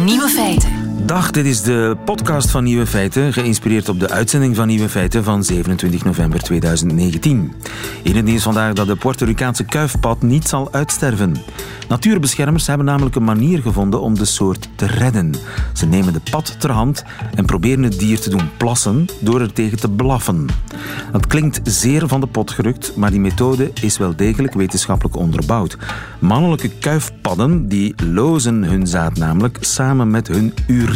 Nieuwe Feiten. Dag, dit is de podcast van Nieuwe Feiten, geïnspireerd op de uitzending van Nieuwe Feiten van 27 november 2019. In het nieuws vandaag dat de Puerto Ricaanse kuifpad niet zal uitsterven. Natuurbeschermers hebben namelijk een manier gevonden om de soort te redden. Ze nemen de pad ter hand en proberen het dier te doen plassen door er tegen te blaffen. Dat klinkt zeer van de pot gerukt, maar die methode is wel degelijk wetenschappelijk onderbouwd. Mannelijke kuifpadden die lozen hun zaad namelijk samen met hun urine.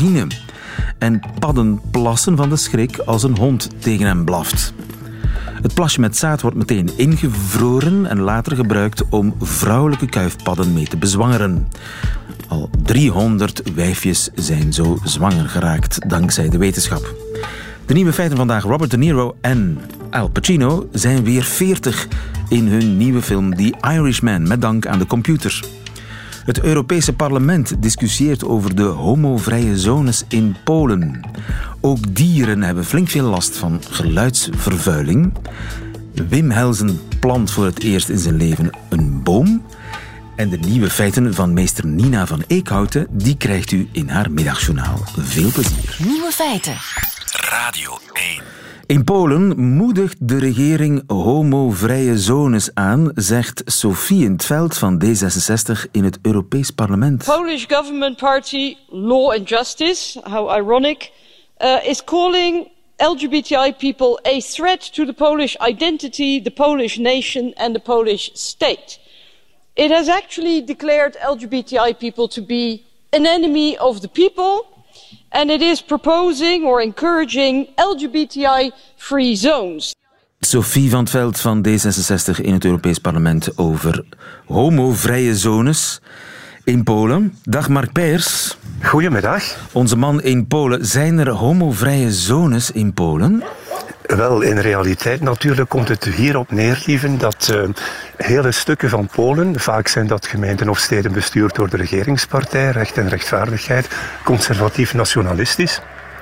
En padden plassen van de schrik als een hond tegen hen blaft. Het plasje met zaad wordt meteen ingevroren en later gebruikt om vrouwelijke kuifpadden mee te bezwangeren. Al 300 wijfjes zijn zo zwanger geraakt dankzij de wetenschap. De nieuwe feiten vandaag. Robert De Niro en Al Pacino zijn weer 40 in hun nieuwe film The Irishman, met dank aan de computer. Het Europese parlement discussieert over de homovrije zones in Polen. Ook dieren hebben flink veel last van geluidsvervuiling. Wim Helsen plant voor het eerst in zijn leven een boom. En de nieuwe feiten van meester Nina van Eekhouten, die krijgt u in haar middagjournaal. Veel plezier. Nieuwe Feiten. Radio 1. In Polen moedigt de regering homovrije zones aan, zegt Sophie in 't Veld van D66 in het Europees Parlement. Polish government party Law and Justice, how ironic, is calling LGBTI people a threat to the Polish identity, the Polish nation and the Polish state. It has actually declared LGBTI people to be an enemy of the people. And it is proposing or encouraging LGBTI-free zones. Sophie van 't Veld van D66 in het Europees Parlement over homovrije zones in Polen. Dag Mark Peers. Goedemiddag. Onze man in Polen. Zijn er homovrije zones in Polen? Wel, in realiteit natuurlijk komt het hierop neer, lieven, dat hele stukken van Polen, vaak zijn dat gemeenten of steden bestuurd door de regeringspartij, Recht en Rechtvaardigheid, conservatief-nationalistisch.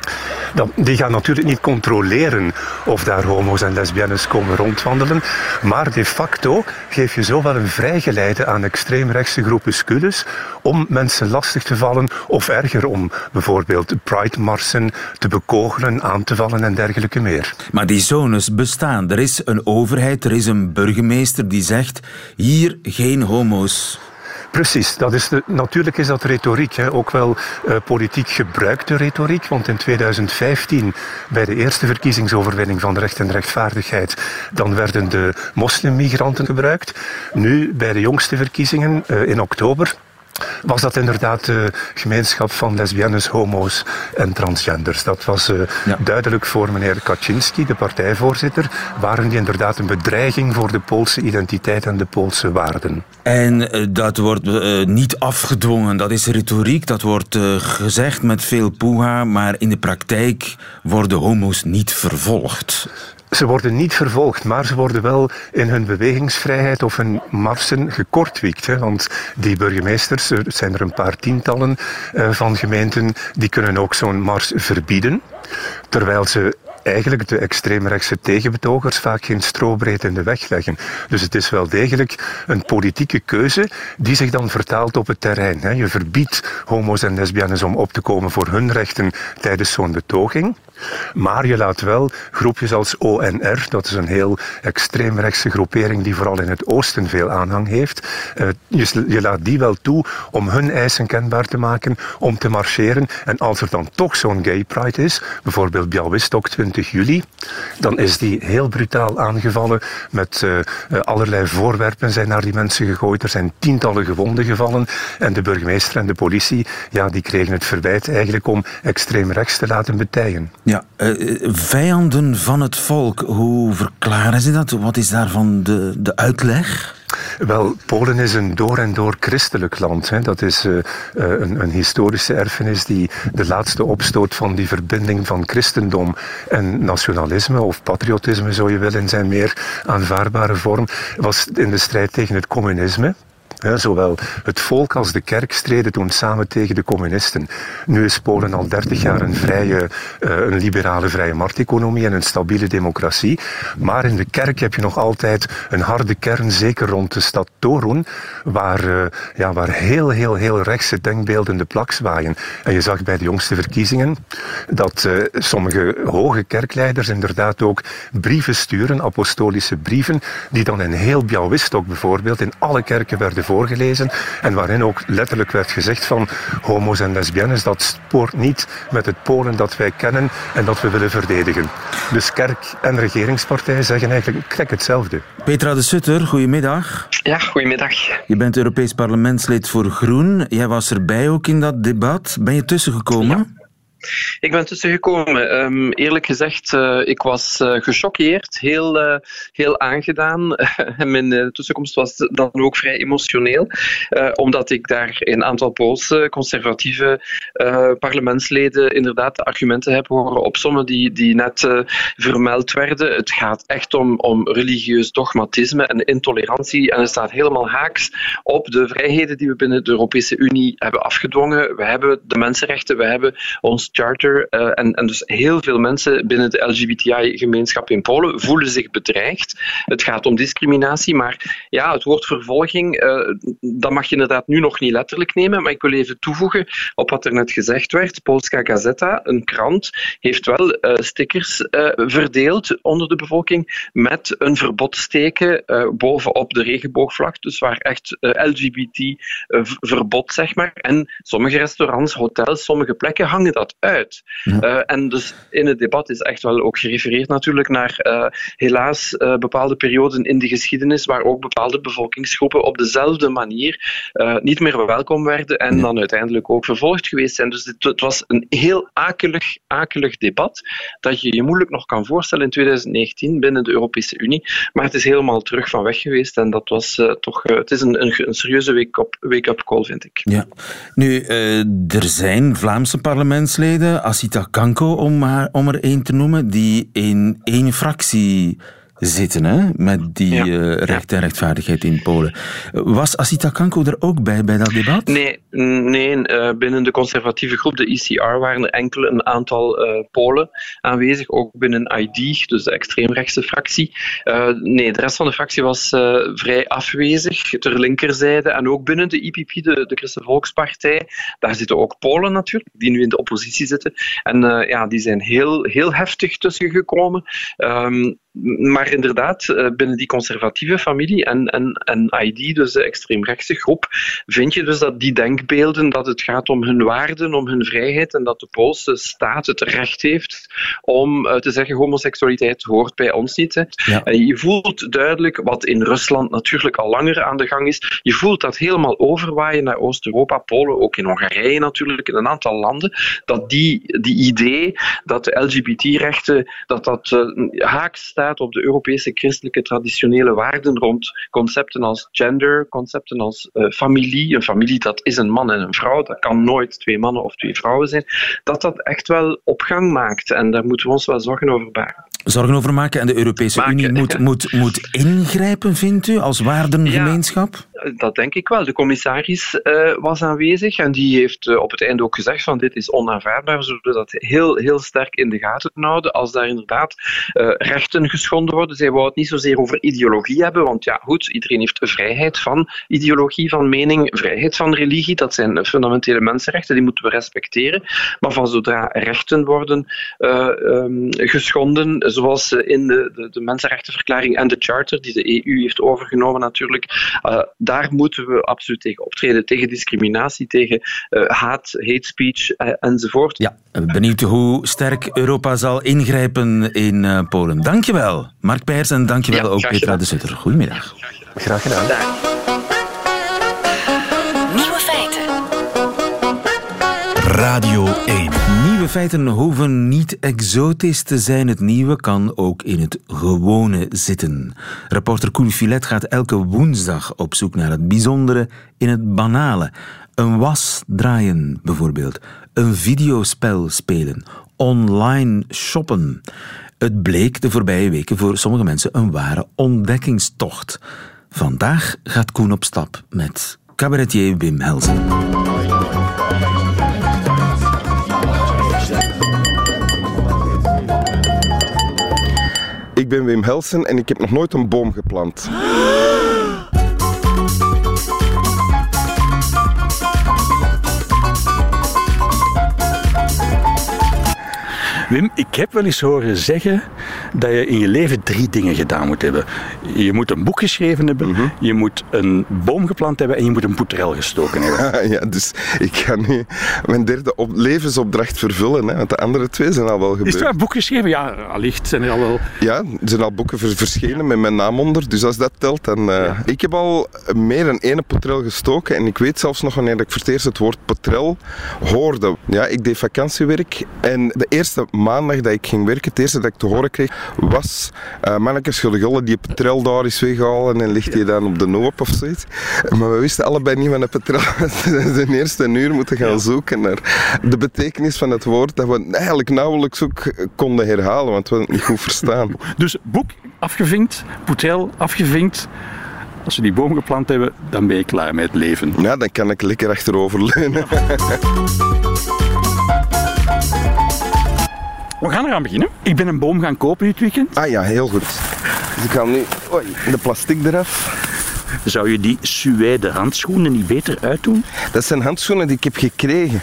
Die gaan natuurlijk niet controleren of daar homo's en lesbiennes komen rondwandelen, maar de facto geef je zo wel een vrijgeleide aan extreemrechtse groepuscules om mensen lastig te vallen of erger om bijvoorbeeld Pride-marsen te bekogelen, aan te vallen en dergelijke meer. Maar die zones bestaan. Er is een overheid, er is een burgemeester die zegt hier geen homo's. Precies, natuurlijk is dat retoriek, ook wel politiek gebruikte retoriek, want in 2015, bij de eerste verkiezingsoverwinning van Recht en Rechtvaardigheid, dan werden de moslimmigranten gebruikt. Nu, bij de jongste verkiezingen in oktober, was dat inderdaad de gemeenschap van lesbiennes, homo's en transgenders. Dat was duidelijk voor meneer Kaczynski, de partijvoorzitter, waren die inderdaad een bedreiging voor de Poolse identiteit en de Poolse waarden. En dat wordt niet afgedwongen, dat is retoriek, dat wordt gezegd met veel poeha, maar in de praktijk worden homo's niet vervolgd. Ze worden niet vervolgd, maar ze worden wel in hun bewegingsvrijheid of hun marsen gekortwiekt. Want die burgemeesters, er zijn er een paar tientallen van gemeenten, die kunnen ook zo'n mars verbieden. Terwijl ze eigenlijk de extreemrechtse tegenbetogers vaak geen strobreed in de weg leggen. Dus het is wel degelijk een politieke keuze die zich dan vertaalt op het terrein. Je verbiedt homo's en lesbiennes om op te komen voor hun rechten tijdens zo'n betoging. Maar je laat wel groepjes als ONR, dat is een heel extreemrechtse groepering die vooral in het oosten veel aanhang heeft, je laat die wel toe om hun eisen kenbaar te maken, om te marcheren. En als er dan toch zo'n gay pride is, bijvoorbeeld Białystok 20 juli, dan is die heel brutaal aangevallen met allerlei voorwerpen zijn naar die mensen gegooid. Er zijn tientallen gewonden gevallen en de burgemeester en de politie, die kregen het verwijt eigenlijk om extreem rechts te laten betijen. Ja, vijanden van het volk, hoe verklaren ze dat? Wat is daarvan de uitleg? Wel, Polen is een door en door christelijk land. Dat is een historische erfenis die de laatste opstoot van die verbinding van christendom en nationalisme, of patriotisme, zo je wil, in zijn meer aanvaardbare vorm, was in de strijd tegen het communisme. Zowel het volk als de kerk streden toen samen tegen de communisten. Nu is Polen al 30 jaar een liberale vrije markteconomie en een stabiele democratie. Maar in de kerk heb je nog altijd een harde kern, zeker rond de stad Torun, waar heel rechtse denkbeelden de plak zwaaien. En je zag bij de jongste verkiezingen dat sommige hoge kerkleiders inderdaad ook brieven sturen, apostolische brieven, die dan in heel Białystok bijvoorbeeld in alle kerken werden voorgelezen en waarin ook letterlijk werd gezegd van homo's en lesbiennes, dat spoort niet met het Polen dat wij kennen en dat we willen verdedigen. Dus kerk en regeringspartij zeggen eigenlijk hetzelfde. Petra de Sutter, goedemiddag. Ja, goedemiddag. Je bent Europees parlementslid voor Groen. Jij was erbij ook in dat debat. Ben je tussengekomen? Ja. Ik ben tussengekomen. Eerlijk gezegd, ik was gechoqueerd, heel aangedaan. Mijn tussenkomst was dan ook vrij emotioneel, omdat ik daar een aantal Poolse conservatieve parlementsleden inderdaad de argumenten heb horen opsommen die net vermeld werden. Het gaat echt om religieus dogmatisme en intolerantie en het staat helemaal haaks op de vrijheden die we binnen de Europese Unie hebben afgedwongen. We hebben de mensenrechten, we hebben ons charter en dus heel veel mensen binnen de LGBTI-gemeenschap in Polen voelen zich bedreigd. Het gaat om discriminatie, maar ja, het woord vervolging, dat mag je inderdaad nu nog niet letterlijk nemen, maar ik wil even toevoegen op wat er net gezegd werd. Polska Gazeta, een krant, heeft wel stickers verdeeld onder de bevolking met een verbodsteken bovenop de regenboogvlag, dus waar echt LGBT-verbod, zeg maar. En sommige restaurants, hotels, sommige plekken hangen dat uit. Ja. En dus in het debat is echt wel ook gerefereerd natuurlijk naar helaas bepaalde perioden in de geschiedenis waar ook bepaalde bevolkingsgroepen op dezelfde manier niet meer welkom werden en dan uiteindelijk ook vervolgd geweest zijn. Dus het was een heel akelig debat dat je je moeilijk nog kan voorstellen in 2019 binnen de Europese Unie, maar het is helemaal terug van weg geweest en dat was het is een serieuze wake-up call, vind ik. Ja. Nu, er zijn Vlaamse parlementsleden, Asita Kanko om er één te noemen, die in één fractie zitten, hè, met die recht en rechtvaardigheid in Polen. Was Asita Kanko er ook bij dat debat? Nee, binnen de conservatieve groep, de ECR, waren er een aantal Polen aanwezig, ook binnen ID, dus de extreemrechtse fractie. De rest van de fractie was vrij afwezig, ter linkerzijde, en ook binnen de IPP, de Christen Volkspartij, daar zitten ook Polen natuurlijk, die nu in de oppositie zitten. En die zijn heel heftig tussengekomen. Maar inderdaad, binnen die conservatieve familie en ID, dus de extreemrechtse groep, vind je dus dat die denkbeelden, dat het gaat om hun waarden, om hun vrijheid en dat de Poolse staat het recht heeft om te zeggen homoseksualiteit hoort bij ons niet. Hè. Ja. En je voelt duidelijk, wat in Rusland natuurlijk al langer aan de gang is, je voelt dat helemaal overwaaien naar Oost-Europa, Polen, ook in Hongarije natuurlijk, in een aantal landen, dat die idee dat de LGBT-rechten, dat haaks staat op de Europese christelijke traditionele waarden rond concepten als gender, concepten als familie. Een familie, dat is een man en een vrouw, dat kan nooit 2 mannen of 2 vrouwen zijn. Dat echt wel op gang maakt en daar moeten we ons wel zorgen over maken. Zorgen over maken en de Europese Unie moet ingrijpen, vindt u, als waardengemeenschap? Ja, dat denk ik wel. De commissaris was aanwezig en die heeft op het einde ook gezegd van dit is onaanvaardbaar. We zullen dat heel sterk in de gaten houden als daar inderdaad rechten geschonden worden. Zij wou het niet zozeer over ideologie hebben, want ja goed, iedereen heeft vrijheid van ideologie, van mening, vrijheid van religie. Dat zijn fundamentele mensenrechten, die moeten we respecteren. Maar van zodra rechten worden geschonden, zoals in de Mensenrechtenverklaring en de Charter, die de EU heeft overgenomen natuurlijk, daar moeten we absoluut tegen optreden. Tegen discriminatie, tegen hate speech enzovoort. Ja, benieuwd hoe sterk Europa zal ingrijpen in Polen. Dankjewel, Mark Peijers, en dankjewel ook Petra de Sutter. Goedemiddag. Graag gedaan. Nieuwe feiten. Radio 1. Nieuwe feiten hoeven niet exotisch te zijn. Het nieuwe kan ook in het gewone zitten. Reporter Koen Filet gaat elke woensdag op zoek naar het bijzondere in het banale. Een was draaien bijvoorbeeld. Een videospel spelen. Online shoppen. Het bleek de voorbije weken voor sommige mensen een ware ontdekkingstocht. Vandaag gaat Koen op stap met cabaretier Wim Helsen. Ik ben Wim Helsen en ik heb nog nooit een boom geplant. Wim, ik heb wel eens horen zeggen dat je in je leven 3 dingen gedaan moet hebben. Je moet een boek geschreven hebben, je moet een boom geplant hebben en je moet een poetrel gestoken hebben. Ja, dus ik ga nu mijn 3e levensopdracht vervullen, hè, want de andere 2 zijn al wel gebeurd. Is er een boek geschreven? Ja, allicht zijn er al wel... Ja, er zijn al boeken verschenen met mijn naam onder, dus als dat telt, dan... Ik heb al meer dan 1 poetrel gestoken en ik weet zelfs nog wanneer ik voor het eerst het woord poetrel hoorde. Ja, ik deed vakantiewerk en de eerste maandag dat ik ging werken, het eerste dat ik te horen kreeg, was manneke schuldigullen, die petrel daar is weghalen en ligt die dan op de hoop of zoiets. Maar we wisten allebei niet wat een petrel was. De eerste uur moeten gaan zoeken naar de betekenis van het woord, dat we eigenlijk nauwelijks ook konden herhalen, want we hadden het niet goed verstaan. Dus boek afgevinkt, poetrel afgevinkt. Als we die boom geplant hebben, dan ben je klaar met het leven. Ja, dan kan ik lekker achteroverleunen. We gaan eraan beginnen. Ik ben een boom gaan kopen dit weekend. Ah ja, heel goed. Dus ik ga nu de plastic eraf. Zou je die suède handschoenen niet beter uitdoen? Dat zijn handschoenen die ik heb gekregen.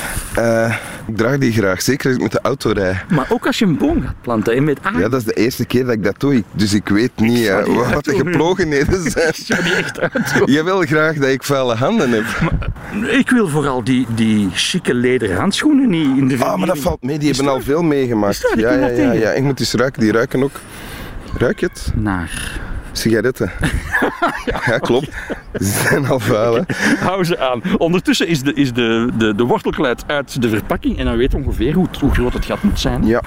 Ik draag die graag, zeker als ik met de auto rijd. Maar ook als je een boom gaat planten en met aarde. Ja, dat is de eerste keer dat ik dat doe. Dus ik weet niet wat de geplogenheden zijn. Ik zou die echt uitdoen. Je wil graag dat ik vuile handen heb. Maar ik wil vooral die chique lederen handschoenen niet in de vernieling. Maar dat valt mee, die hebben al veel meegemaakt. Ja, ik moet eens ruiken, die ruiken ook. Ruik je het? Naar... Sigaretten. Ja, klopt. Ze zijn al vuil, hè. Hou ze aan. Ondertussen is de wortelkluit uit de verpakking en dan weet je ongeveer hoe groot het gat moet zijn. Ja.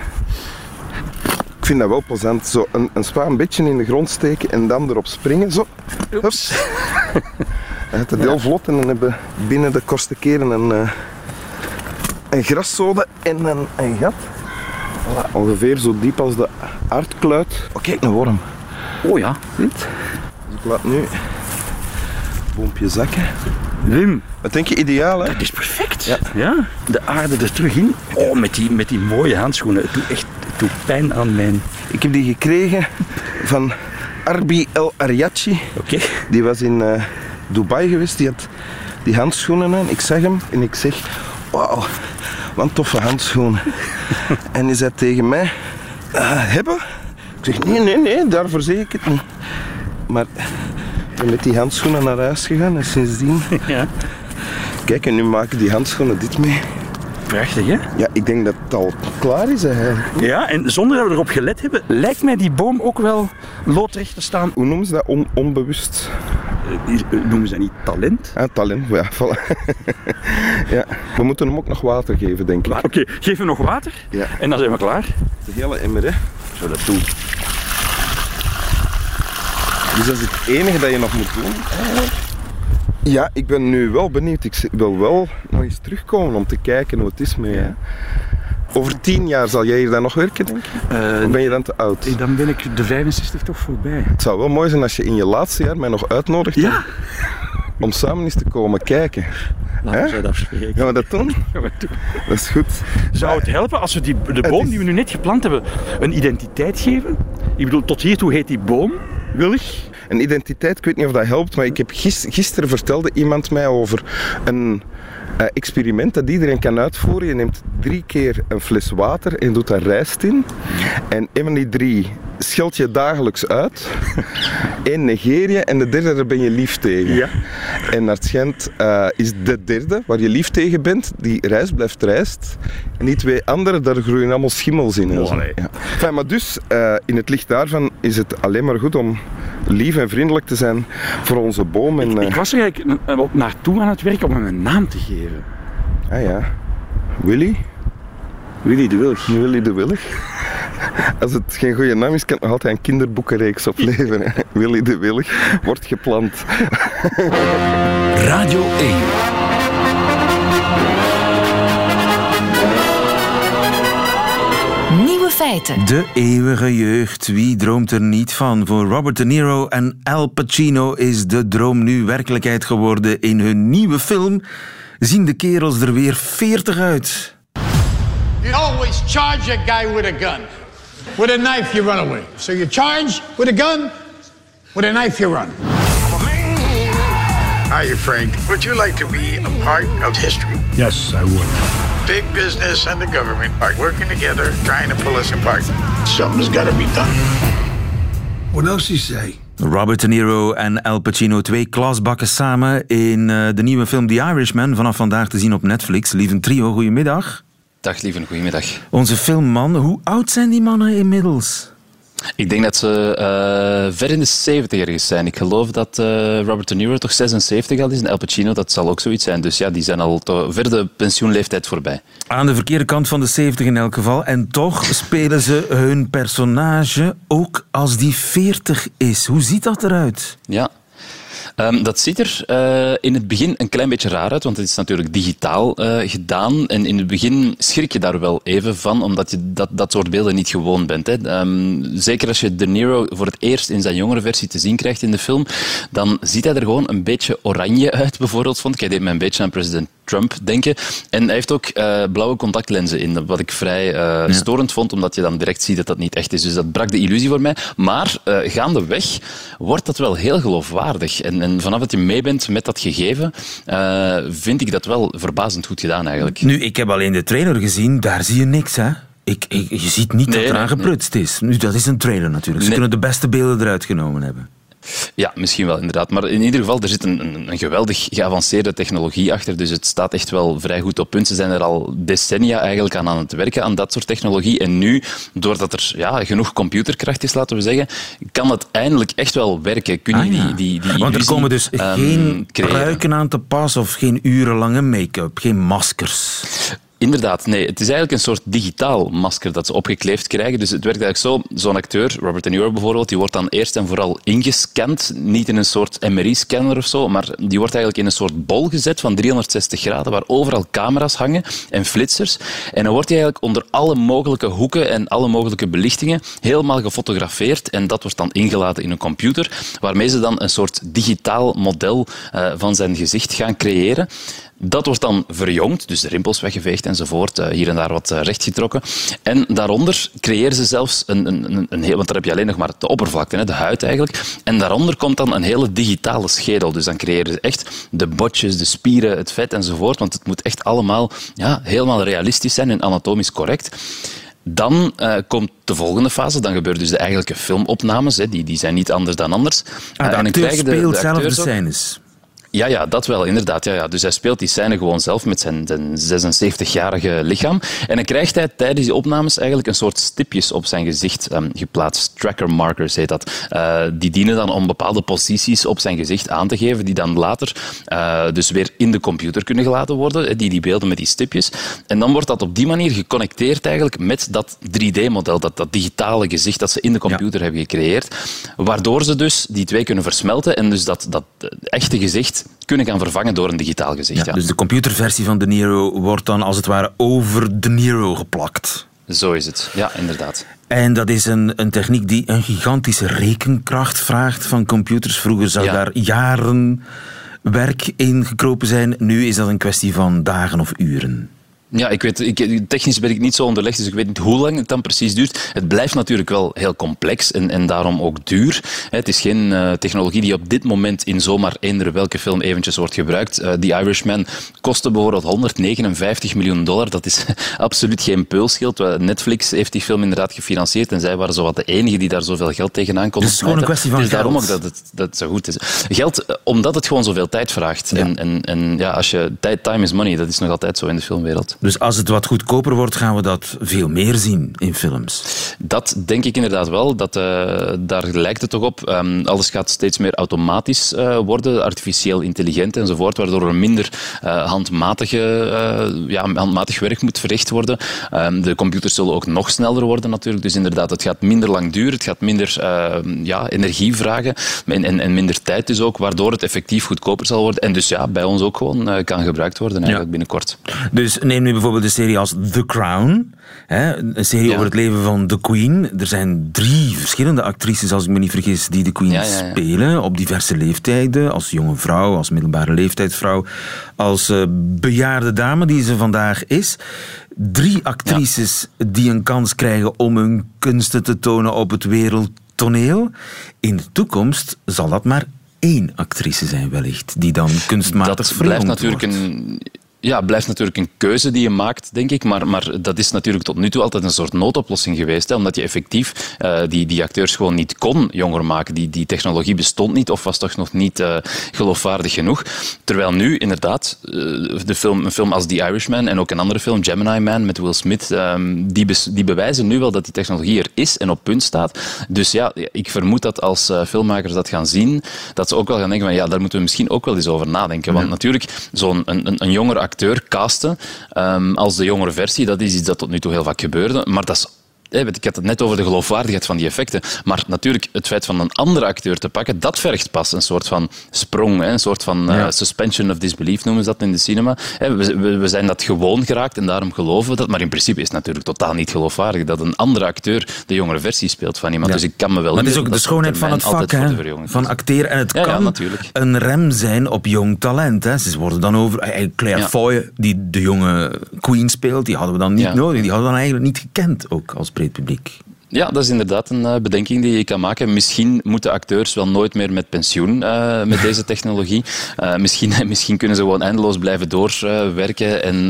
Ik vind dat wel plezant. Zo een spa een beetje in de grond steken en dan erop springen. Zo. Hups. Het is heel vlot en dan hebben we binnen de kortste keren een graszode en een gat. Voilà. Ongeveer zo diep als de aardkluit. Oh, kijk, een worm. Oh ja. Dit. Dus ik laat nu het boompje zakken. Wim. Wat denk je, ideaal, hè? Dat is perfect. Ja. De aarde er terug in. Oh, met die mooie handschoenen. Het doet pijn aan mijn... Ik heb die gekregen van Arbi El Ariachi. Oké. Die was in Dubai geweest. Die had die handschoenen aan. Ik zag hem en ik zeg... Wauw, wat een toffe handschoenen. En hij zei tegen mij... hebben? Ik zeg, nee, daarvoor zeg ik het niet. Maar ik ben met die handschoenen naar huis gegaan en sindsdien... Ja. Kijk, en nu maken die handschoenen dit mee. Prachtig, hè? Ja, ik denk dat het al klaar is, eigenlijk. Ja, en zonder dat we erop gelet hebben, lijkt mij die boom ook wel loodrecht te staan. Hoe noemen ze dat? Onbewust? Noemen ze dat niet talent? Ah, talent, ja, voilà. Ja, we moeten hem ook nog water geven, denk ik. Oké, geef hem nog water en dan zijn we klaar. De hele emmer, hè. Zo, dat doen. Dus dat is het enige dat je nog moet doen. Ja, ik ben nu wel benieuwd. Ik wil wel nog eens terugkomen om te kijken hoe het is met je. Over 10 jaar zal jij hier dan nog werken, denk je? Of ben je dan te oud? Dan ben ik de 65 toch voorbij. Het zou wel mooi zijn als je in je laatste jaar mij nog uitnodigt om samen eens te komen kijken. Laten we dat afspreken. Gaan we dat doen? Dat is goed. Zou het helpen als we de boom die we nu net geplant hebben een identiteit geven? Ik bedoel, tot hiertoe heet die boom Willig. Een identiteit, ik weet niet of dat helpt, maar ik heb gisteren vertelde iemand mij over een experiment dat iedereen kan uitvoeren. Je neemt 3 keer een fles water en doet daar rijst in. En een van die 3 scheld je dagelijks uit. 1 negeer je en de derde, daar ben je lief tegen. Ja. En naar het schijnt is de derde, waar je lief tegen bent, die rijst blijft rijst. En die 2 andere, daar groeien allemaal schimmels in. Oh, nee. Ja. Enfin, maar dus, in het licht daarvan is het alleen maar goed om lief en vriendelijk te zijn voor onze boom. En, ik was er eigenlijk naartoe aan het werken om hem een naam te geven. Ah ja, Willy? Willy de Willig. Willy de Willig. Als het geen goede naam is, kan het nog altijd een kinderboekenreeks opleveren. Willy de Willig wordt geplant. Radio 1. Nieuwe feiten. De eeuwige jeugd, wie droomt er niet van? Voor Robert De Niro en Al Pacino is de droom nu werkelijkheid geworden. In hun nieuwe film zien de kerels er weer 40 uit. You always charge a guy with a gun. With a knife you run away. So you charge with a gun, with a knife you run. Hiya, Frank. Would you like to be a part of history? Yes, I would. Big business and the government are working together, trying to pull us apart. Something's got to be done. What else you say? Robert De Niro en Al Pacino, 2 klasbakken samen in de nieuwe film The Irishman. Vanaf vandaag te zien op Netflix. Lieve trio, goedemiddag. Dag lieve, goedemiddag. Onze filmman, hoe oud zijn die mannen inmiddels? Ik denk dat ze ver in de 70 ergens zijn. Ik geloof dat Robert De Niro toch 76 al is en Al Pacino, dat zal ook zoiets zijn. Dus ja, die zijn al ver de pensioenleeftijd voorbij. Aan de verkeerde kant van de 70 in elk geval. En toch spelen ze hun personage ook als die 40 is. Hoe ziet dat eruit? Ja. Dat ziet er in het begin een klein beetje raar uit, want het is natuurlijk digitaal gedaan. En in het begin schrik je daar wel even van, omdat je dat soort beelden niet gewoon bent. Hè. Zeker als je De Niro voor het eerst in zijn jongere versie te zien krijgt in de film, dan ziet hij er gewoon een beetje oranje uit, bijvoorbeeld, vond ik. Hij deed me een beetje aan president Trump denken. En hij heeft ook blauwe contactlenzen in, wat ik vrij storend vond, omdat je dan direct ziet dat dat niet echt is. Dus dat brak de illusie voor mij. Maar gaandeweg wordt dat wel heel geloofwaardig. En vanaf dat je mee bent met dat gegeven, vind ik dat wel verbazend goed gedaan eigenlijk. Nu, ik heb alleen de trailer gezien, daar zie je niks, hè? Je ziet niet dat er aan geprutst is. Nu, dat is een trailer natuurlijk. Ze kunnen de beste beelden eruit genomen hebben. Ja, misschien wel, inderdaad. Maar in ieder geval, er zit een geweldig geavanceerde technologie achter, dus het staat echt wel vrij goed op punt. Ze zijn er al decennia eigenlijk aan het werken, aan dat soort technologie. En nu, doordat er genoeg computerkracht is, laten we zeggen, kan het eindelijk echt wel werken. Kun je die Want er komen dus geen pruiken aan te pas of geen urenlange make-up, geen maskers. Inderdaad, nee. Het is eigenlijk een soort digitaal masker dat ze opgekleefd krijgen. Dus het werkt eigenlijk zo. Zo'n acteur, Robert De Niro bijvoorbeeld, die wordt dan eerst en vooral ingescand. Niet in een soort MRI-scanner of zo, maar die wordt eigenlijk in een soort bol gezet van 360 graden, waar overal camera's hangen en flitsers. En dan wordt hij eigenlijk onder alle mogelijke hoeken en alle mogelijke belichtingen helemaal gefotografeerd. En dat wordt dan ingeladen in een computer, waarmee ze dan een soort digitaal model van zijn gezicht gaan creëren. Dat wordt dan verjongd, dus de rimpels weggeveegd enzovoort, hier en daar wat rechtgetrokken. En daaronder creëren ze zelfs een heel... Want daar heb je alleen nog maar de oppervlakte, de huid eigenlijk. En daaronder komt dan een hele digitale schedel. Dus dan creëren ze echt de botjes, de spieren, het vet enzovoort. Want het moet echt allemaal helemaal realistisch zijn en anatomisch correct. Dan komt de volgende fase. Dan gebeuren dus de eigenlijke filmopnames. Die zijn niet anders dan anders. De acteur speelt zelf de scènes. Ja, dat wel, inderdaad. Ja. Dus hij speelt die scène gewoon zelf met zijn 76-jarige lichaam. En dan krijgt hij tijdens die opnames eigenlijk een soort stipjes op zijn gezicht geplaatst. Tracker markers heet dat. Die dienen dan om bepaalde posities op zijn gezicht aan te geven, die dan later dus weer in de computer kunnen gelaten worden, die beelden met die stipjes. En dan wordt dat op die manier geconnecteerd eigenlijk met dat 3D-model, dat digitale gezicht dat ze in de computer hebben gecreëerd. Waardoor ze dus die twee kunnen versmelten en dus dat echte gezicht kunnen gaan vervangen door een digitaal gezicht. Ja, dus de computerversie van De Niro wordt dan als het ware over De Niro geplakt. Zo is het, ja, inderdaad. En dat is een techniek die een gigantische rekenkracht vraagt van computers. Vroeger zou daar jaren werk in gekropen zijn. Nu is dat een kwestie van dagen of uren. Ja, technisch ben ik niet zo onderlegd, dus ik weet niet hoe lang het dan precies duurt. Het blijft natuurlijk wel heel complex en daarom ook duur. Het is geen technologie die op dit moment in zomaar eender welke film eventjes wordt gebruikt. The Irishman kostte bijvoorbeeld $159 miljoen. Dat is absoluut geen peulschild. Netflix heeft die film inderdaad gefinancierd en zij waren zowat de enige die daar zoveel geld tegenaan konden smijten. Het is gewoon een kwestie van geld. Daarom ook dat het zo goed is. Geld, omdat het gewoon zoveel tijd vraagt. Ja. En als je time is money, dat is nog altijd zo in de filmwereld. Dus als het wat goedkoper wordt, gaan we dat veel meer zien in films? Dat denk ik inderdaad wel. Daar lijkt het toch op. Alles gaat steeds meer automatisch worden, artificieel intelligent enzovoort, waardoor er minder handmatig werk moet verricht worden. De computers zullen ook nog sneller worden natuurlijk. Dus inderdaad, het gaat minder lang duren, het gaat minder energie vragen en minder tijd dus ook, waardoor het effectief goedkoper zal worden. En dus bij ons ook gewoon kan gebruikt worden eigenlijk binnenkort. Dus neem Neem nu bijvoorbeeld een serie als The Crown. Een serie over het leven van The Queen. Er zijn 3 verschillende actrices, als ik me niet vergis, die The Queen spelen. Op diverse leeftijden. Als jonge vrouw, als middelbare leeftijdsvrouw. Als bejaarde dame die ze vandaag is. 3 actrices die een kans krijgen om hun kunsten te tonen op het wereldtoneel. In de toekomst zal dat maar 1 actrice zijn wellicht, die dan kunstmatig verlengd wordt. Blijft natuurlijk een keuze die je maakt, denk ik. Maar dat is natuurlijk tot nu toe altijd een soort noodoplossing geweest. Hè, omdat je effectief die acteurs gewoon niet kon jonger maken. Die technologie bestond niet of was toch nog niet geloofwaardig genoeg. Terwijl nu inderdaad een film als The Irishman en ook een andere film, Gemini Man met Will Smith, die bewijzen nu wel dat die technologie er is en op punt staat. Dus ja, ik vermoed dat als filmmakers dat gaan zien, dat ze ook wel gaan denken van daar moeten we misschien ook wel eens over nadenken. Want natuurlijk, een jongere acteur casten als de jongere versie, dat is iets dat tot nu toe heel vaak gebeurde, maar dat is... Ik had het net over de geloofwaardigheid van die effecten. Maar natuurlijk, het feit van een andere acteur te pakken, dat vergt pas een soort van sprong. Een soort van suspension of disbelief noemen ze dat in de cinema. We zijn dat gewoon geraakt en daarom geloven we dat. Maar in principe is het natuurlijk totaal niet geloofwaardig dat een andere acteur de jongere versie speelt van iemand. Dus ik kan me wel... Maar het is ook de schoonheid van het vak, van acteren. En het kan een rem zijn op jong talent. Hè. Ze worden dan over... Claire Foy, die de jonge Queen speelt, die hadden we dan niet nodig. Die hadden we dan eigenlijk niet gekend, ook als breed publiek. Ja, dat is inderdaad een bedenking die je kan maken. Misschien moeten acteurs wel nooit meer met pensioen met deze technologie. Misschien kunnen ze gewoon eindeloos blijven doorwerken.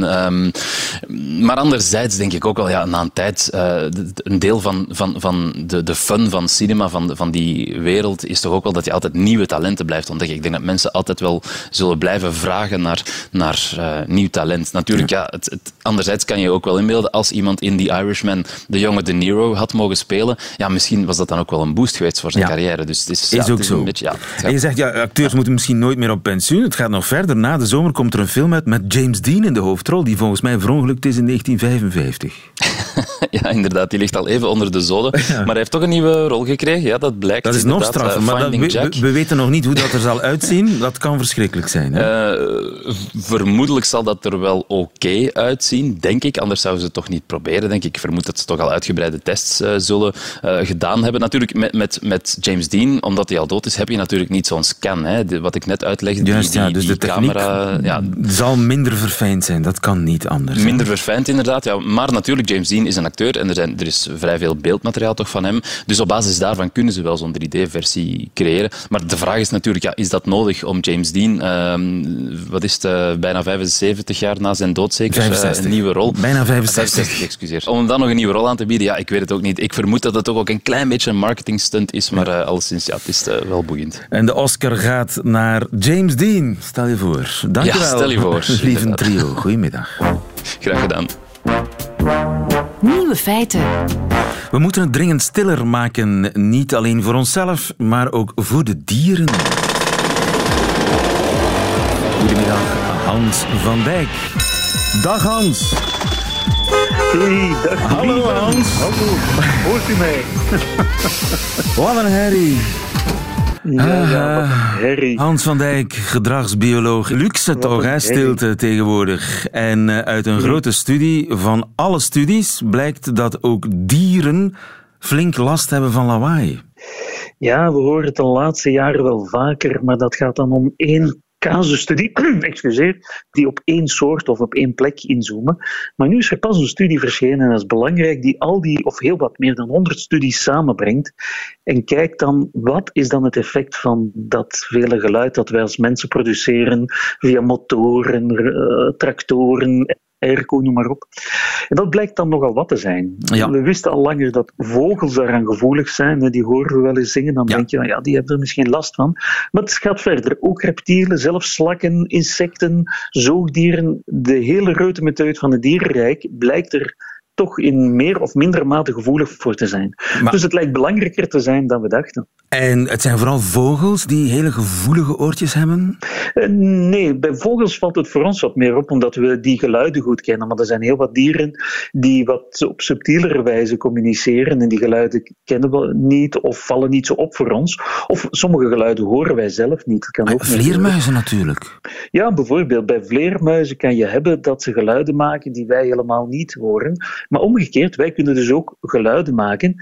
Maar anderzijds denk ik ook wel, na een tijd, een deel van de fun van cinema, van die wereld, is toch ook wel dat je altijd nieuwe talenten blijft ontdekken. Ik denk dat mensen altijd wel zullen blijven vragen naar nieuw talent. Natuurlijk, anderzijds kan je ook wel inbeelden, als iemand in The Irishman de jonge De Niro had mogen spelen, misschien was dat dan ook wel een boost geweest voor zijn carrière. Dus het is ook zo. Een beetje, en je zegt, acteurs moeten misschien nooit meer op pensioen. Het gaat nog verder. Na de zomer komt er een film uit met James Dean in de hoofdrol, die volgens mij verongelukt is in 1955. Ja, inderdaad. Die ligt al even onder de zoden. Maar hij heeft toch een nieuwe rol gekregen. Ja, dat blijkt. Dat is nog straffer. Maar we weten nog niet hoe dat er zal uitzien. Dat kan verschrikkelijk zijn. Hè? Vermoedelijk zal dat er wel oké uitzien, denk ik. Anders zouden ze het toch niet proberen, denk ik. Ik vermoed dat ze toch al uitgebreide tests zullen gedaan hebben. Natuurlijk, met James Dean, omdat hij al dood is, heb je natuurlijk niet zo'n scan. Hè? Wat ik net uitlegde. Juist, dus die de techniek camera, zal minder verfijnd zijn. Dat kan niet anders. Minder verfijnd, inderdaad. Ja. Maar natuurlijk, James Dean is een acteur en er is vrij veel beeldmateriaal toch van hem. Dus op basis daarvan kunnen ze wel zo'n 3D-versie creëren. Maar de vraag is natuurlijk, is dat nodig om James Dean, bijna 75 jaar na zijn dood zeker, 65. Een nieuwe rol... Bijna 65. Excuseer. Om hem dan nog een nieuwe rol aan te bieden, ik weet het ook niet. Ik vermoed dat het ook een klein beetje een marketingstunt is, maar alleszins, het is wel boeiend. En de Oscar gaat naar James Dean. Stel je voor. Dank je wel. Stel je voor. Lieve trio. Goedemiddag. Graag gedaan. Nieuwe feiten. We moeten het dringend stiller maken. Niet alleen voor onszelf, maar ook voor de dieren. Goedemiddag, Hans van Dijk. Dag Hans. Hey, dag. Hallo Hans. Hallo, hoort u mij? Wat een herrie. Ja, wat een herrie. Hans van Dijk, gedragsbioloog. Luxe toch, hè, stilte tegenwoordig. En uit een grote studie van alle studies blijkt dat ook dieren flink last hebben van lawaai. Ja, we horen het de laatste jaren wel vaker, maar dat gaat dan om één casusstudie, die op één soort of op één plek inzoomen. Maar nu is er pas een studie verschenen, en dat is belangrijk, die al die, of heel wat meer dan 100 studies samenbrengt en kijkt dan, wat is dan het effect van dat vele geluid dat wij als mensen produceren via motoren, tractoren, airco, noem maar op. En dat blijkt dan nogal wat te zijn. Ja. We wisten al langer dat vogels daaraan gevoelig zijn. Die horen we wel eens zingen. Dan denk je, die hebben er misschien last van. Maar het gaat verder. Ook reptielen, zelfs slakken, insecten, zoogdieren. De hele reutemeteut van het dierenrijk blijkt er toch in meer of minder mate gevoelig voor te zijn. Dus het lijkt belangrijker te zijn dan we dachten. En het zijn vooral vogels die hele gevoelige oortjes hebben? Nee, bij vogels valt het voor ons wat meer op, omdat we die geluiden goed kennen. Maar er zijn heel wat dieren die wat op subtielere wijze communiceren en die geluiden kennen we niet of vallen niet zo op voor ons. Of sommige geluiden horen wij zelf niet. Kan ook vleermuizen natuurlijk. Ja, bijvoorbeeld bij vleermuizen kan je hebben dat ze geluiden maken die wij helemaal niet horen. Maar omgekeerd, wij kunnen dus ook geluiden maken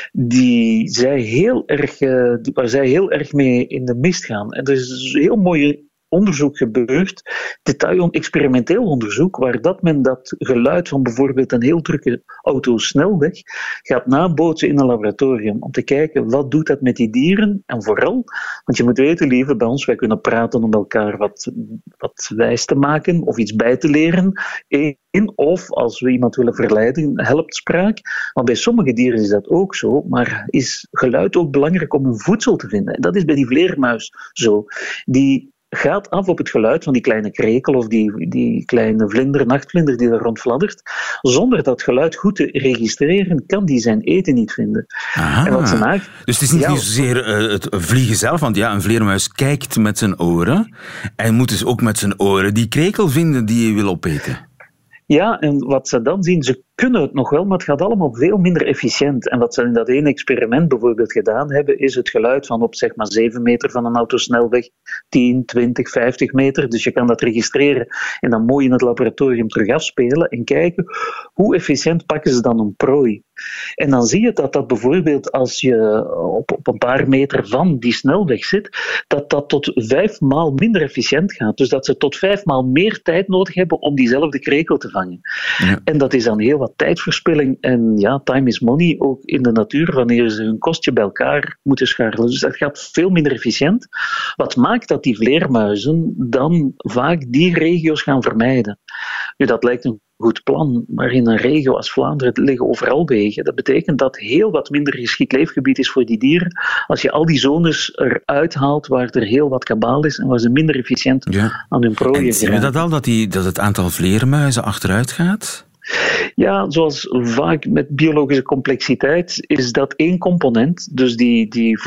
waar zij heel erg mee in de mist gaan. En er is een heel mooi onderzoek gebeurd, experimenteel onderzoek, waar men dat geluid van bijvoorbeeld een heel drukke autosnelweg gaat nabootsen in een laboratorium om te kijken wat doet dat met die dieren. En vooral, want je moet weten, lieve, bij ons, wij kunnen praten om elkaar wat wijs te maken of iets bij te leren. Of als we iemand willen verleiden, helpt spraak. Maar bij sommige dieren is dat ook zo, maar is geluid ook belangrijk om een voedsel te vinden. En dat is bij die vleermuis zo. Die gaat af op het geluid van die kleine krekel of die kleine nachtvlinder die er rondfladdert. Zonder dat geluid goed te registreren, kan die zijn eten niet vinden. En wat ze maakt, dus het is niet zozeer het vliegen zelf, want een vleermuis kijkt met zijn oren en moet dus ook met zijn oren die krekel vinden die hij wil opeten. Ja, en wat ze dan zien, ze kunnen het nog wel, maar het gaat allemaal veel minder efficiënt. En wat ze in dat ene experiment bijvoorbeeld gedaan hebben, is het geluid van op zeg maar 7 meter van een autosnelweg, 10, 20, 50 meter. Dus je kan dat registreren en dan mooi in het laboratorium terug afspelen en kijken hoe efficiënt pakken ze dan een prooi. En dan zie je dat bijvoorbeeld als je op een paar meter van die snelweg zit, dat tot 5 maal minder efficiënt gaat. Dus dat ze tot 5 maal meer tijd nodig hebben om diezelfde krekel te vangen. Ja. En dat is dan heel wat tijdverspilling. En ja, time is money, ook in de natuur, wanneer ze hun kostje bij elkaar moeten scharrelen. Dus dat gaat veel minder efficiënt. Wat maakt dat die vleermuizen dan vaak die regio's gaan vermijden? Nu, dat lijkt een goed plan, maar in een regio als Vlaanderen liggen overal wegen. Dat betekent dat heel wat minder geschikt leefgebied is voor die dieren als je al die zones eruit haalt waar er heel wat kabaal is en waar ze minder efficiënt aan hun prooien geraken. Zie je dat al, dat het aantal vleermuizen achteruit gaat? Ja, zoals vaak met biologische complexiteit is dat één component, dus die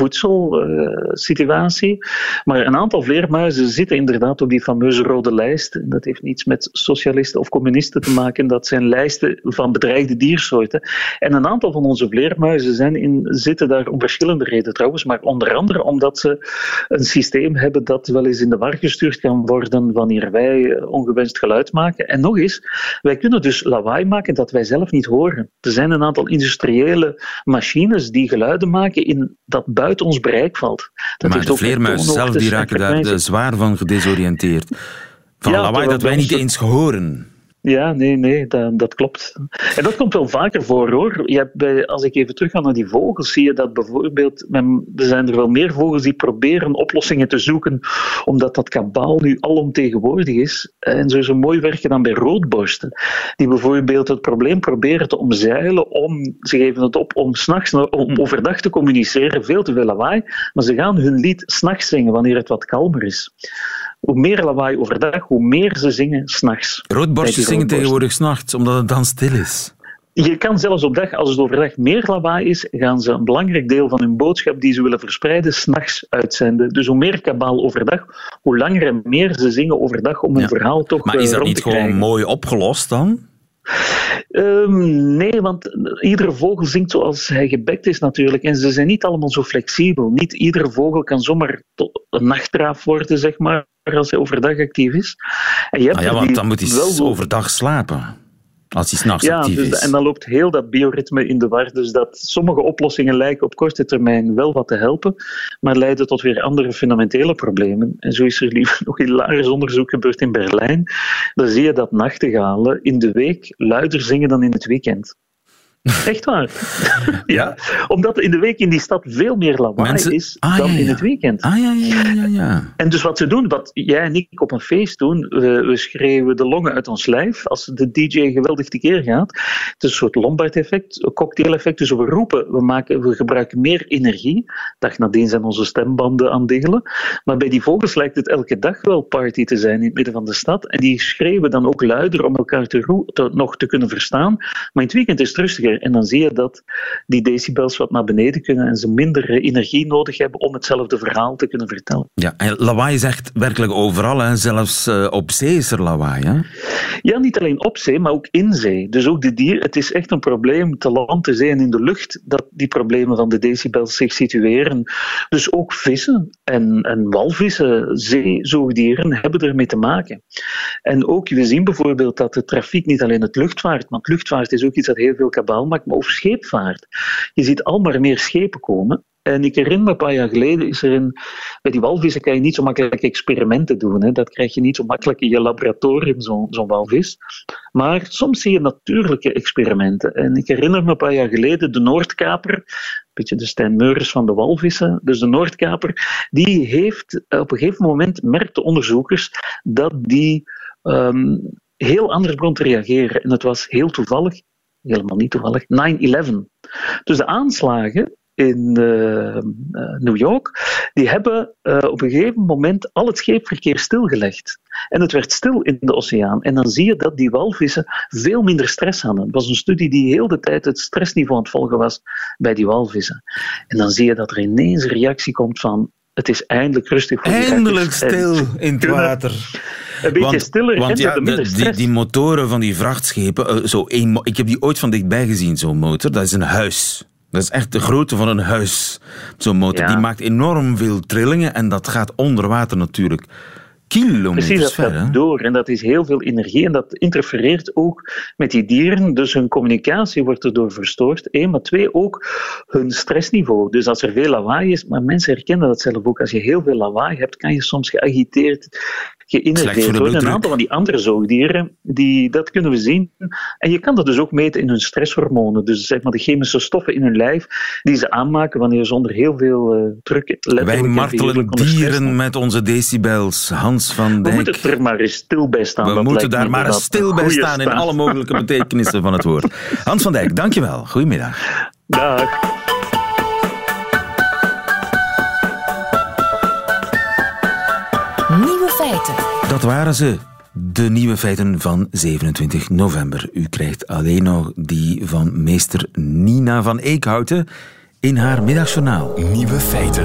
voedselsituatie. Maar een aantal vleermuizen zitten inderdaad op die fameuze rode lijst. Dat heeft niets met socialisten of communisten te maken. Dat zijn lijsten van bedreigde diersoorten. En een aantal van onze vleermuizen zitten daar om verschillende redenen trouwens, maar onder andere omdat ze een systeem hebben dat wel eens in de war gestuurd kan worden wanneer wij ongewenst geluid maken. En nog eens, wij kunnen dus lawaai maken dat wij zelf niet horen. Er zijn een aantal industriële machines die geluiden maken dat buiten ons bereik valt. Dat maar de vleermuizen zelf die raken daar zwaar van gedesoriënteerd. Van lawaai dat wij niet eens horen. Ja, nee, dat klopt. En dat komt wel vaker voor, hoor. Als ik even terug ga naar die vogels, zie je dat bijvoorbeeld, er zijn er wel meer vogels die proberen oplossingen te zoeken, omdat dat kabaal nu alomtegenwoordig is. En zo mooi werken dan bij roodborsten, die bijvoorbeeld het probleem proberen te omzeilen, ze geven het op om overdag te communiceren, veel te veel lawaai, maar ze gaan hun lied 's nachts zingen, wanneer het wat kalmer is. Hoe meer lawaai overdag, hoe meer ze zingen 's nachts. Roodborstjes zingen tegenwoordig 's nachts, omdat het dan stil is. Je kan zelfs op dag, als het overdag meer lawaai is, gaan ze een belangrijk deel van hun boodschap die ze willen verspreiden 's nachts uitzenden. Dus hoe meer kabaal overdag, hoe langer en meer ze zingen overdag om hun verhaal toch Maar is dat niet gewoon mooi opgelost dan? Nee, want iedere vogel zingt zoals hij gebekt is natuurlijk. En ze zijn niet allemaal zo flexibel. Niet iedere vogel kan zomaar tot een nachtraaf worden, zeg maar, als hij overdag actief is. En want dan moet hij overdag slapen. Als hij 's nachts actief is. En dan loopt heel dat bioritme in de war. Dus dat sommige oplossingen lijken op korte termijn wel wat te helpen, maar leiden tot weer andere fundamentele problemen. En zo is er liever nog hilarisch onderzoek gebeurd in Berlijn. Dan zie je dat nachtegalen in de week luider zingen dan in het weekend. Echt waar. Ja, omdat in de week in die stad veel meer lawaai is dan in het weekend. Ja. En dus wat ze doen, wat jij en ik op een feest doen, we schreeuwen de longen uit ons lijf als de DJ geweldig tekeer gaat. Het is een soort Lombard-effect, een cocktail-effect. Dus we roepen, we gebruiken meer energie. Dag nadien zijn onze stembanden aan dingelen. Maar bij die vogels lijkt het elke dag wel party te zijn in het midden van de stad. En die schreeuwen dan ook luider om elkaar nog te kunnen verstaan. Maar in het weekend is het rustiger. En dan zie je dat die decibels wat naar beneden kunnen en ze minder energie nodig hebben om hetzelfde verhaal te kunnen vertellen. Ja, en lawaai is echt werkelijk overal. Hè? Zelfs op zee is er lawaai. Hè? Ja, niet alleen op zee, maar ook in zee. Dus ook de dieren. Het is echt een probleem te land, te zee en in de lucht dat die problemen van de decibels zich situeren. Dus ook vissen en walvissen, zeezoogdieren, hebben ermee te maken. En ook, we zien bijvoorbeeld dat de trafiek niet alleen het luchtvaart, want luchtvaart is ook iets dat heel veel kabaal maakt, maar ook scheepvaart. Je ziet al maar meer schepen komen. En ik herinner me, een paar jaar geleden is er bij die walvissen kan je niet zo makkelijk experimenten doen. Hè. Dat krijg je niet zo makkelijk in je laboratorium, zo'n walvis. Maar soms zie je natuurlijke experimenten. En ik herinner me een paar jaar geleden de Noordkaper, een beetje de Stijn Meurens van de walvissen, dus de Noordkaper, die heeft op een gegeven moment, merkten onderzoekers, dat die heel anders begon te reageren. En het was heel toevallig, helemaal niet toevallig, 9/11. Dus de aanslagen in New York, die hebben op een gegeven moment al het scheepverkeer stilgelegd. En het werd stil in de oceaan. En dan zie je dat die walvissen veel minder stress hadden. Het was een studie die heel de tijd het stressniveau aan het volgen was bij die walvissen. En dan zie je dat er ineens een reactie komt van het is eindelijk rustig voor eindelijk stil in het water. Een beetje stiller en ja, minder stress. Die motoren van die vrachtschepen, ik heb die ooit van dichtbij gezien, zo'n motor. Dat is een huis. Dat is echt de grootte van een huis. Zo'n motor. Ja. Die maakt enorm veel trillingen en dat gaat onder water natuurlijk kilometers ver. Precies, dat gaat door en dat is heel veel energie en dat interfereert ook met die dieren. Dus hun communicatie wordt erdoor verstoord. 1, maar 2, ook hun stressniveau. Dus als er veel lawaai is, maar mensen herkennen dat zelf ook. Als je heel veel lawaai hebt, kan je soms geagiteerd, geïnnerveerd worden. Een aantal van die andere zoogdieren, dat kunnen we zien. En je kan dat dus ook meten in hun stresshormonen. Dus zeg maar de chemische stoffen in hun lijf die ze aanmaken wanneer ze onder heel veel druk Wij martelen dieren met onze decibels. Hans van Dijk. We moeten er maar eens stil bij staan. We moeten daar maar eens stil bij staan in alle mogelijke betekenissen van het woord. Hans van Dijk, dankjewel. Goedemiddag. Dag. Nieuwe feiten. Dat waren ze. De nieuwe feiten van 27 november. U krijgt alleen nog die van meester Nina van Eekhouten in haar middagjournaal. Nieuwe feiten.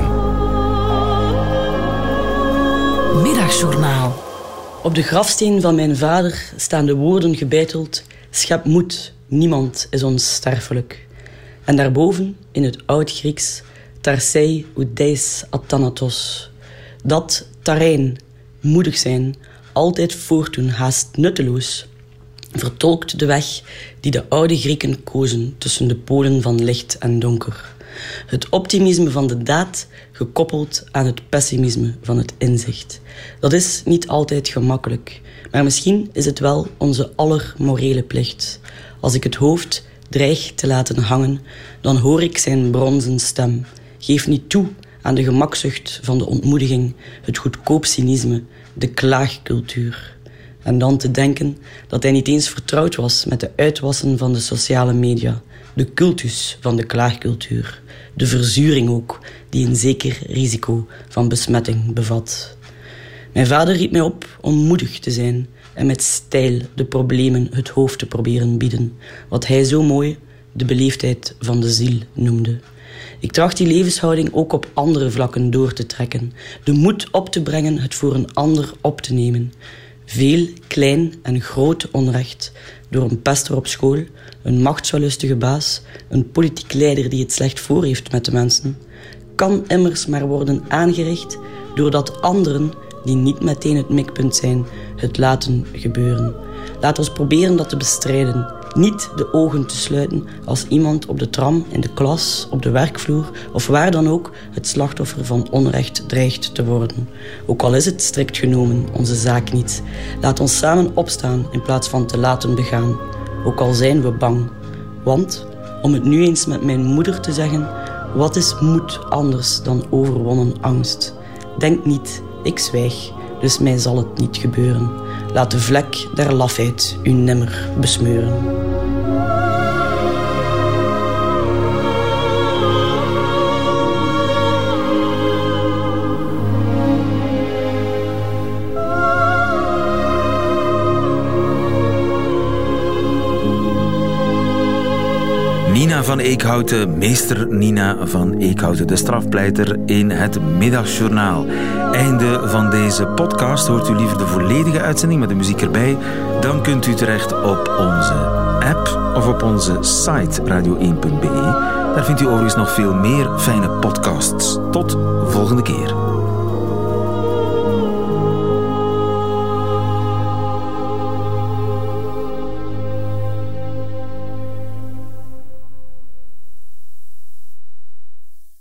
Middagjournaal. Op de grafsteen van mijn vader staan de woorden gebeiteld: schep moed, niemand is onsterfelijk. En daarboven, in het Oud-Grieks, tarsei oudeis athanatos. Dat terrein, moedig zijn, altijd voortdoen, haast nutteloos, vertolkt de weg die de oude Grieken kozen tussen de polen van licht en donker. Het optimisme van de daad gekoppeld aan het pessimisme van het inzicht. Dat is niet altijd gemakkelijk, maar misschien is het wel onze aller morele plicht. Als ik het hoofd dreig te laten hangen, dan hoor ik zijn bronzen stem. Geef niet toe aan de gemakzucht van de ontmoediging, het goedkoop cynisme, de klaagcultuur. En dan te denken dat hij niet eens vertrouwd was met de uitwassen van de sociale media, de cultus van de klaagcultuur, de verzuring ook, die een zeker risico van besmetting bevat. Mijn vader riep mij op om moedig te zijn en met stijl de problemen het hoofd te proberen bieden, wat hij zo mooi de beleefdheid van de ziel noemde. Ik tracht die levenshouding ook op andere vlakken door te trekken. De moed op te brengen het voor een ander op te nemen. Veel klein en groot onrecht door een pester op school, een machtswellustige baas, een politiek leider die het slecht voor heeft met de mensen, kan immers maar worden aangericht doordat anderen, die niet meteen het mikpunt zijn, het laten gebeuren. Laat ons proberen dat te bestrijden. Niet de ogen te sluiten als iemand op de tram, in de klas, op de werkvloer of waar dan ook het slachtoffer van onrecht dreigt te worden. Ook al is het strikt genomen onze zaak niet. Laat ons samen opstaan in plaats van te laten begaan. Ook al zijn we bang. Want om het nu eens met mijn moeder te zeggen. Wat is moed anders dan overwonnen angst? Denk niet, ik zwijg, dus mij zal het niet gebeuren. Laat de vlek der lafheid u nimmer besmeuren. Nina van Eekhouten, meester Nina van Eekhouten, de strafpleiter in het Middagjournaal. Einde van deze podcast. Hoort u liever de volledige uitzending met de muziek erbij? Dan kunt u terecht op onze app of op onze site radio1.be. Daar vindt u overigens nog veel meer fijne podcasts. Tot volgende keer.